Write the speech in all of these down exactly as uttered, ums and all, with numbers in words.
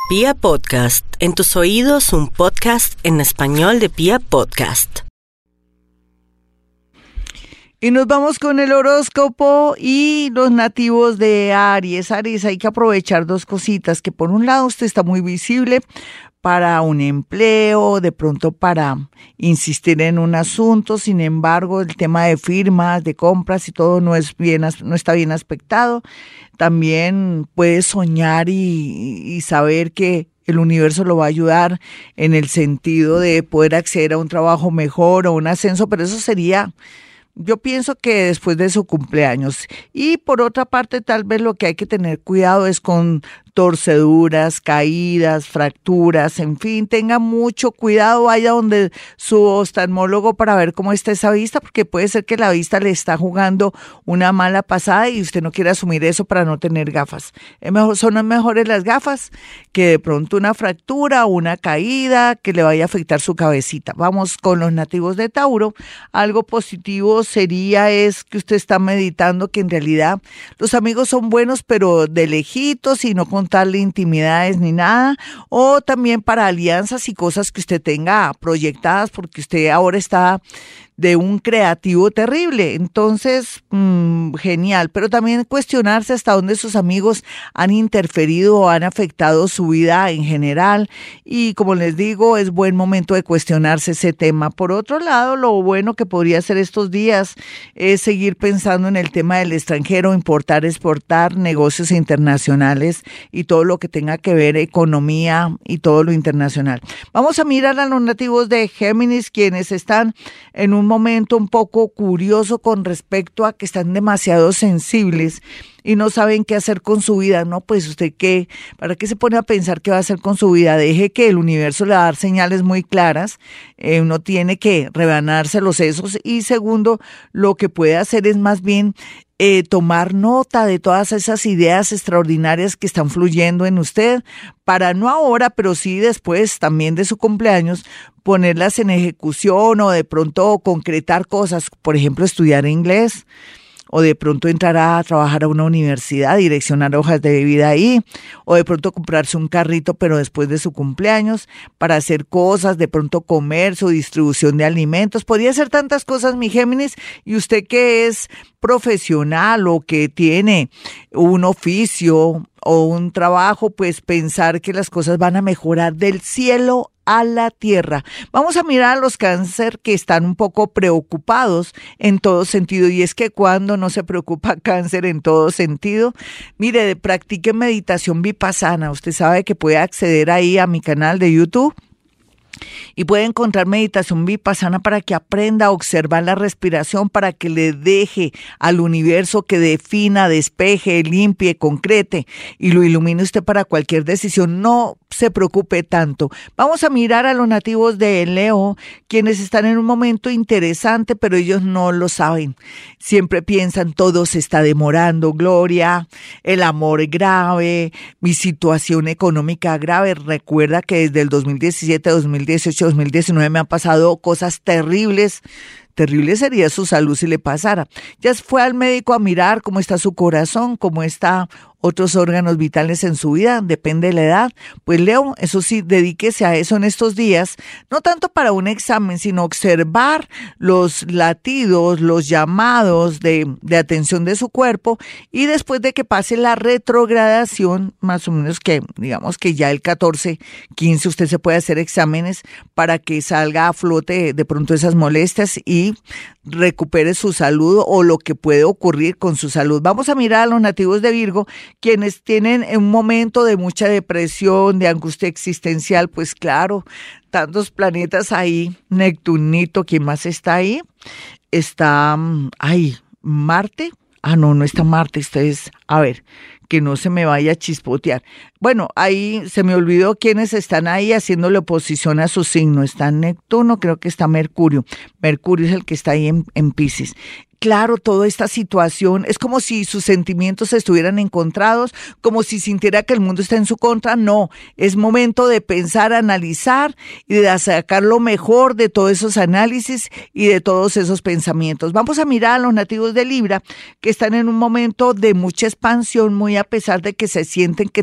Pia Podcast, en tus oídos un podcast en español de Pia Podcast. Y nos vamos con el horóscopo y los nativos de Aries. Aries, hay que aprovechar dos cositas, que por un lado usted está muy visible para un empleo, de pronto para insistir en un asunto. Sin embargo, el tema de firmas, de compras y todo no es bien, no está bien aspectado. También puede soñar y, y saber que el universo lo va a ayudar en el sentido de poder acceder a un trabajo mejor o un ascenso, pero eso sería, yo pienso que después de su cumpleaños. Y por otra parte, tal vez lo que hay que tener cuidado es con torceduras, caídas, fracturas, en fin, tenga mucho cuidado, vaya donde su oftalmólogo para ver cómo está esa vista, porque puede ser que la vista le está jugando una mala pasada y usted no quiere asumir eso para no tener gafas. Es mejor, son mejores las gafas que de pronto una fractura o una caída que le vaya a afectar su cabecita. Vamos con los nativos de Tauro. Algo positivo sería es que usted está meditando que en realidad los amigos son buenos, pero de lejitos y no con contarle intimidades ni nada, o también para alianzas y cosas que usted tenga proyectadas, porque usted ahora está de un creativo terrible. Entonces, mmm, genial, pero también cuestionarse hasta dónde sus amigos han interferido o han afectado su vida en general, y como les digo, es buen momento de cuestionarse ese tema. Por otro lado, lo bueno que podría hacer estos días es seguir pensando en el tema del extranjero, importar, exportar, negocios internacionales y todo lo que tenga que ver economía y todo lo internacional. Vamos a mirar a los nativos de Géminis, quienes están en un momento un poco curioso con respecto a que están demasiado sensibles y no saben qué hacer con su vida. No, pues usted qué, ¿para qué se pone a pensar qué va a hacer con su vida? Deje que el universo le va a dar señales muy claras. Eh, uno tiene que rebanarse los sesos, y segundo, lo que puede hacer es más bien Eh, tomar nota de todas esas ideas extraordinarias que están fluyendo en usted, para no ahora, pero sí después también de su cumpleaños, ponerlas en ejecución o de pronto concretar cosas, por ejemplo, estudiar inglés, o de pronto entrar a trabajar a una universidad, direccionar hojas de vida ahí, o de pronto comprarse un carrito, pero después de su cumpleaños, para hacer cosas, de pronto comercio, distribución de alimentos. Podría hacer tantas cosas, mi Géminis, y usted que es profesional o que tiene un oficio o un trabajo, pues pensar que las cosas van a mejorar del cielo a la tierra. Vamos a mirar a los cáncer, que están un poco preocupados en todo sentido, y es que cuando no se preocupa cáncer en todo sentido, mire, practique meditación vipassana. Usted sabe que puede acceder ahí a mi canal de YouTube y puede encontrar meditación vipassana para que aprenda a observar la respiración, para que le deje al universo que defina, despeje, limpie, concrete y lo ilumine usted para cualquier decisión. No se preocupe tanto. Vamos a mirar a los nativos de Leo, quienes están en un momento interesante, pero ellos no lo saben. Siempre piensan, todo se está demorando, Gloria, el amor es grave, mi situación económica grave. Recuerda que desde el dos mil diecisiete, dos mil dieciocho, dos mil diecinueve me han pasado cosas terribles. Terrible sería su salud si le pasara. Ya fue al médico a mirar cómo está su corazón, cómo está otros órganos vitales en su vida, depende de la edad. Pues Leo, eso sí, dedíquese a eso en estos días, no tanto para un examen, sino observar los latidos, los llamados de, de atención de su cuerpo, y después de que pase la retrogradación, más o menos que, digamos que ya el catorce, quince, usted se puede hacer exámenes para que salga a flote de pronto esas molestias y recupere su salud o lo que puede ocurrir con su salud. Vamos a mirar a los nativos de Virgo, quienes tienen un momento de mucha depresión, de angustia existencial. Pues claro, tantos planetas ahí, Neptunito, ¿quién más está ahí? Está, ay, Marte. Ah, no, no está Marte, esta es, a ver, que no se me vaya a chispotear. Bueno, ahí se me olvidó quiénes están ahí haciéndole oposición a su signo. Está Neptuno, creo que está Mercurio. Mercurio es el que está ahí en, en Piscis. Claro, toda esta situación es como si sus sentimientos estuvieran encontrados, como si sintiera que el mundo está en su contra. No, es momento de pensar, analizar y de sacar lo mejor de todos esos análisis y de todos esos pensamientos. Vamos a mirar a los nativos de Libra, que están en un momento de mucha expansión, muy a pesar de que se sienten que todo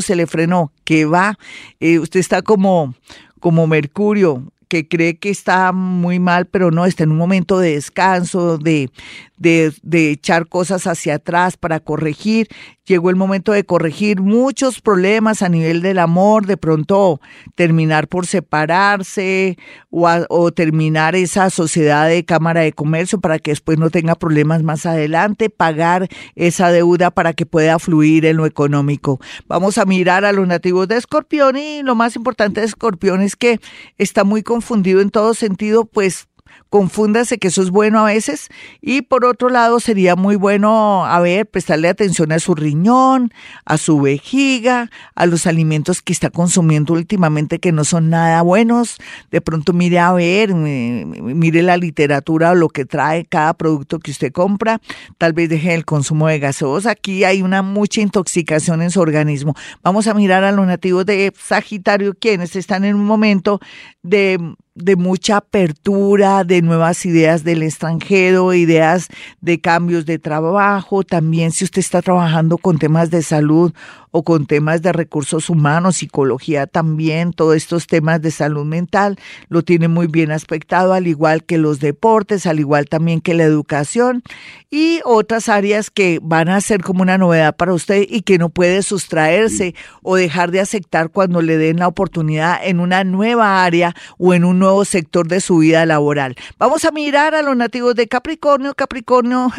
se le frenó, que va, eh, usted está como, como Mercurio, que cree que está muy mal, pero no, está en un momento de descanso, de, de, de echar cosas hacia atrás para corregir. Llegó el momento de corregir muchos problemas a nivel del amor, de pronto terminar por separarse o, a, o terminar esa sociedad de Cámara de Comercio para que después no tenga problemas más adelante, pagar esa deuda para que pueda fluir en lo económico. Vamos a mirar a los nativos de Escorpión y lo más importante de Escorpión es que está muy confundido en todo sentido, pues confúndase que eso es bueno a veces, y por otro lado sería muy bueno, a ver, prestarle atención a su riñón, a su vejiga, a los alimentos que está consumiendo últimamente que no son nada buenos. De pronto mire a ver, mire la literatura o lo que trae cada producto que usted compra, tal vez deje el consumo de gaseosa. Aquí hay una mucha intoxicación en su organismo. Vamos a mirar a los nativos de Sagitario, quienes están en un momento de de mucha apertura, de nuevas ideas del extranjero, ideas de cambios de trabajo. También si usted está trabajando con temas de salud o con temas de recursos humanos, psicología también, todos estos temas de salud mental lo tiene muy bien aspectado, al igual que los deportes, al igual también que la educación y otras áreas que van a ser como una novedad para usted y que no puede sustraerse o dejar de aceptar cuando le den la oportunidad en una nueva área o en un nuevo sector de su vida laboral. Vamos a mirar a los nativos de Capricornio. Capricornio,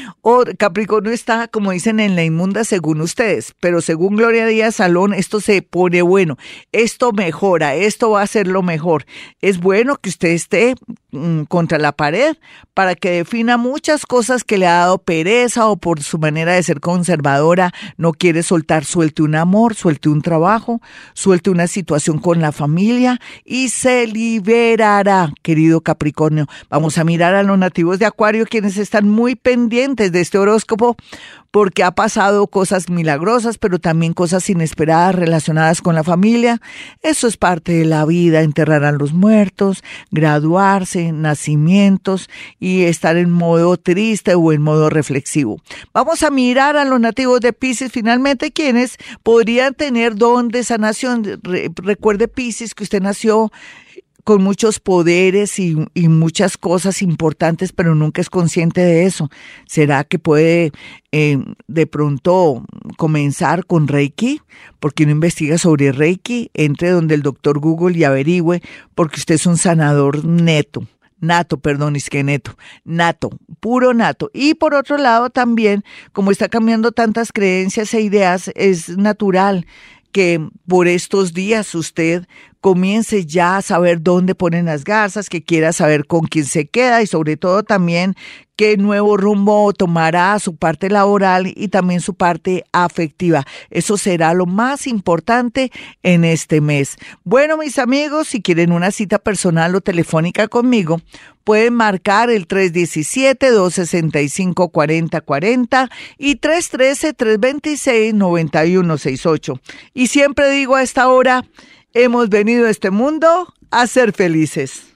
o Capricornio está, como dicen, en la inmunda según ustedes, pero según Gloria Díaz Salón, esto se pone bueno, esto mejora, esto va a ser lo mejor. Es bueno que usted esté mm, contra la pared para que defina muchas cosas que le ha dado pereza o por su manera de ser conservadora no quiere soltar. Suelte un amor, suelte un trabajo, suelte una situación con la familia y se liberará, querido Capricornio. Vamos a mirar a los nativos de Acuario, quienes están muy pendientes de este horóscopo porque ha pasado cosas milagrosas, pero también cosas inesperadas relacionadas con la familia. Eso es parte de la vida, enterrar a los muertos, graduarse, nacimientos y estar en modo triste o en modo reflexivo. Vamos a mirar a los nativos de Piscis, finalmente, quienes podrían tener don de sanación. Re- recuerde, Piscis, que usted nació con muchos poderes y, y muchas cosas importantes, pero nunca es consciente de eso. ¿Será que puede eh, de pronto comenzar con Reiki? Porque uno investiga sobre Reiki, entre donde el doctor Google y averigüe, porque usted es un sanador neto. Nato, perdón, es que neto, nato, puro nato. Y por otro lado también, como está cambiando tantas creencias e ideas, es natural que por estos días usted comience ya a saber dónde ponen las garzas, que quiera saber con quién se queda y sobre todo también qué nuevo rumbo tomará su parte laboral y también su parte afectiva. Eso será lo más importante en este mes. Bueno, mis amigos, si quieren una cita personal o telefónica conmigo, pueden marcar el tres uno siete, dos seis cinco, cuatro cero cuatro cero y tres uno tres, tres dos seis, nueve uno seis ocho. Y siempre digo a esta hora, hemos venido a este mundo a ser felices.